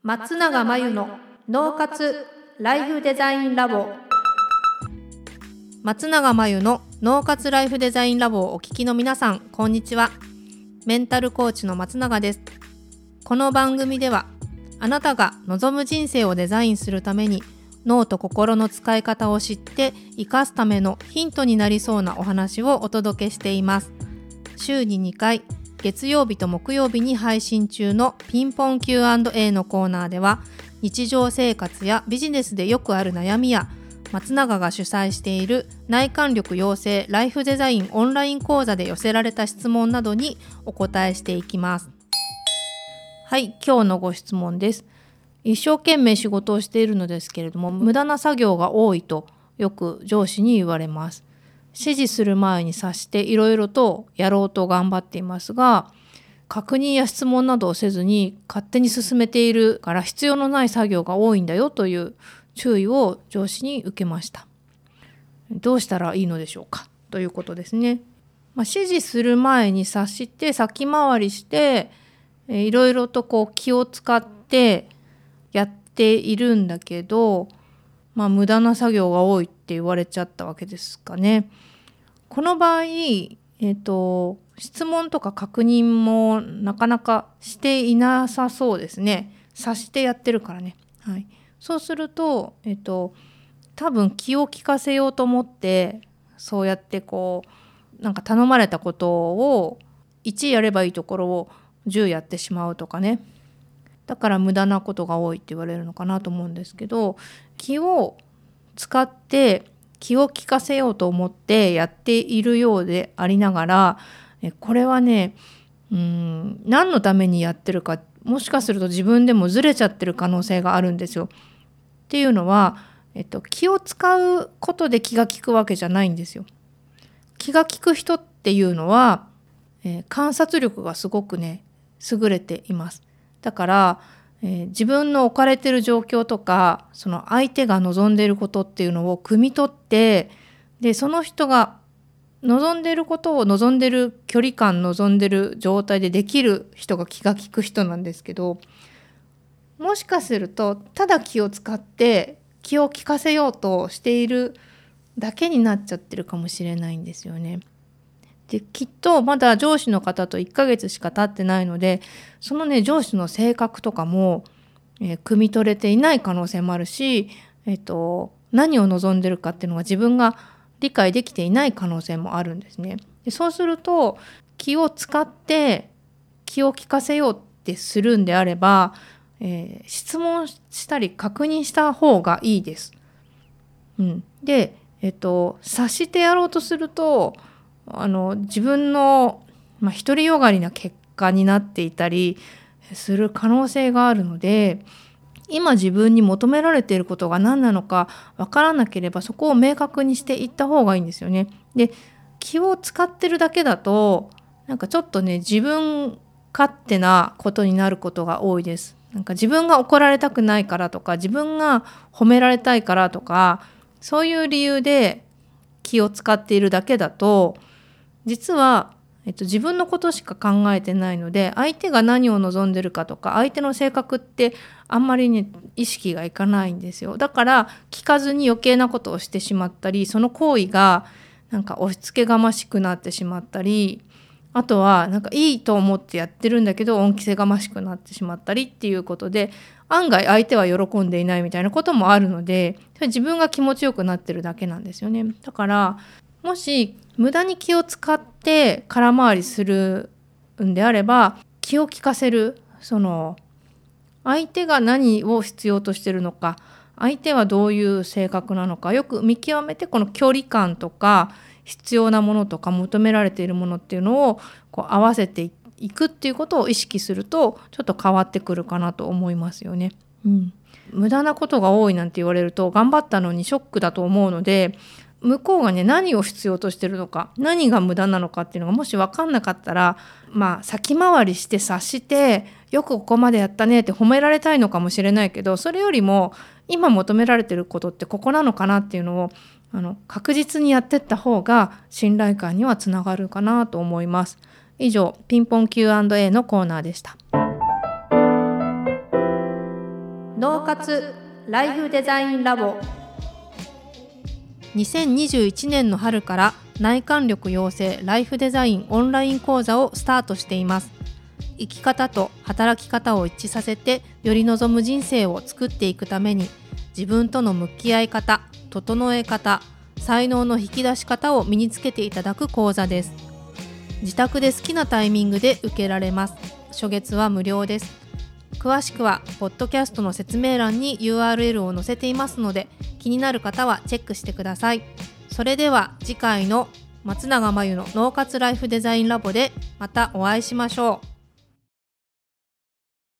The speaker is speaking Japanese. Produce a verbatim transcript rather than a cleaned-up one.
松永真由の脳活ライフデザインラボ。松永真由の脳活ライフデザインラボをお聞きの皆さん、こんにちは。メンタルコーチの松永です。この番組ではあなたが望む人生をデザインするために脳と心の使い方を知って生かすためのヒントになりそうなお話をお届けしています。週ににかい、月曜日と木曜日に配信中のピンポン キューアンドエー のコーナーでは、日常生活やビジネスでよくある悩みや、松永が主催している内観力養成ライフデザインオンライン講座で寄せられた質問などにお答えしていきます。はい、今日のご質問です。一生懸命仕事をしているのですけれども、無駄な作業が多いとよく上司に言われます。指示する前に察していろいろとやろうと頑張っていますが、確認や質問などをせずに勝手に進めているから必要のない作業が多いんだよという注意を上司に受けました。どうしたらいいのでしょうかということですね。まあ、指示する前に察して先回りしていろいろとこう気を使ってやっているんだけど、まあ、無駄な作業が多いって言われちゃったわけですかね。この場合、えーと、質問とか確認もなかなかしていなさそうですね。察してやってるからね。はい、そうすると、えーと、多分気を利かせようと思ってそうやってこうなんか頼まれたことをいちやればいいところをじゅうやってしまうとかね。だから無駄なことが多いって言われるのかなと思うんですけど、気を使って気を利かせようと思ってやっているようでありながら、これはね、うーん何のためにやってるか、もしかすると自分でもずれちゃってる可能性があるんですよ。っていうのは、えっと、気を使うことで気が利くわけじゃないんですよ。気が利く人っていうのは、えー、観察力がすごくね優れています。だから、えー、自分の置かれている状況とかその相手が望んでいることっていうのを汲み取って、でその人が望んでいることを望んでいる距離感望んでいる状態でできる人が気が利く人なんですけど、もしかするとただ気を使って気を利かせようとしているだけになっちゃってるかもしれないんですよね。できっとまだ上司の方といっかげつしか経ってないので、そのね上司の性格とかも、えー、汲み取れていない可能性もあるし、えーと、何を望んでるかっていうのが自分が理解できていない可能性もあるんですね。でそうすると気を使って気を利かせようってするんであれば、えー、質問したり確認した方がいいです。うん、で、えーと、察してやろうとするとあの自分の、まあ、独りよがりな結果になっていたりする可能性があるので、今自分に求められていることが何なのか分からなければそこを明確にしていった方がいいんですよね。で気を使ってるだけだとなんかちょっとね自分勝手なことになることが多いです。なんか自分が怒られたくないからとか自分が褒められたいからとかそういう理由で気を使っているだけだと実は、えっと、自分のことしか考えてないので、相手が何を望んでるかとか相手の性格ってあんまりね意識がいかないんですよ。だから聞かずに余計なことをしてしまったり、その行為がなんか押し付けがましくなってしまったり、あとはなんかいいと思ってやってるんだけど恩着せがましくなってしまったりっていうことで、案外相手は喜んでいないみたいなこともあるので、自分が気持ちよくなってるだけなんですよね。だからもし無駄に気を使って空回りするんであれば、気を利かせる、その相手が何を必要としているのか、相手はどういう性格なのかよく見極めて、この距離感とか必要なものとか求められているものっていうのをこう合わせていくっていうことを意識するとちょっと変わってくるかなと思いますよね。うん、無駄なことが多いなんて言われると頑張ったのにショックだと思うので、向こうがね何を必要としてるのか、何が無駄なのかっていうのがもし分かんなかったら、まあ先回りして察してよくここまでやったねって褒められたいのかもしれないけど、それよりも今求められてることってここなのかなっていうのをあの確実にやってった方が信頼感にはつながるかなと思います。以上、ピンポン キューアンドエー のコーナーでした。 脳活ライフデザインラボ。にせんにじゅういちねんの春から内観力養成ライフデザインオンライン講座をスタートしています。生き方と働き方を一致させてより望む人生を作っていくために、自分との向き合い方、整え方、才能の引き出し方を身につけていただく講座です。自宅で好きなタイミングで受けられます。初月は無料です。詳しくはポッドキャストの説明欄に ユーアールエル を載せていますので、気になる方はチェックしてください。それでは次回の松永真由の脳活ライフデザインラボでまたお会いしましょう。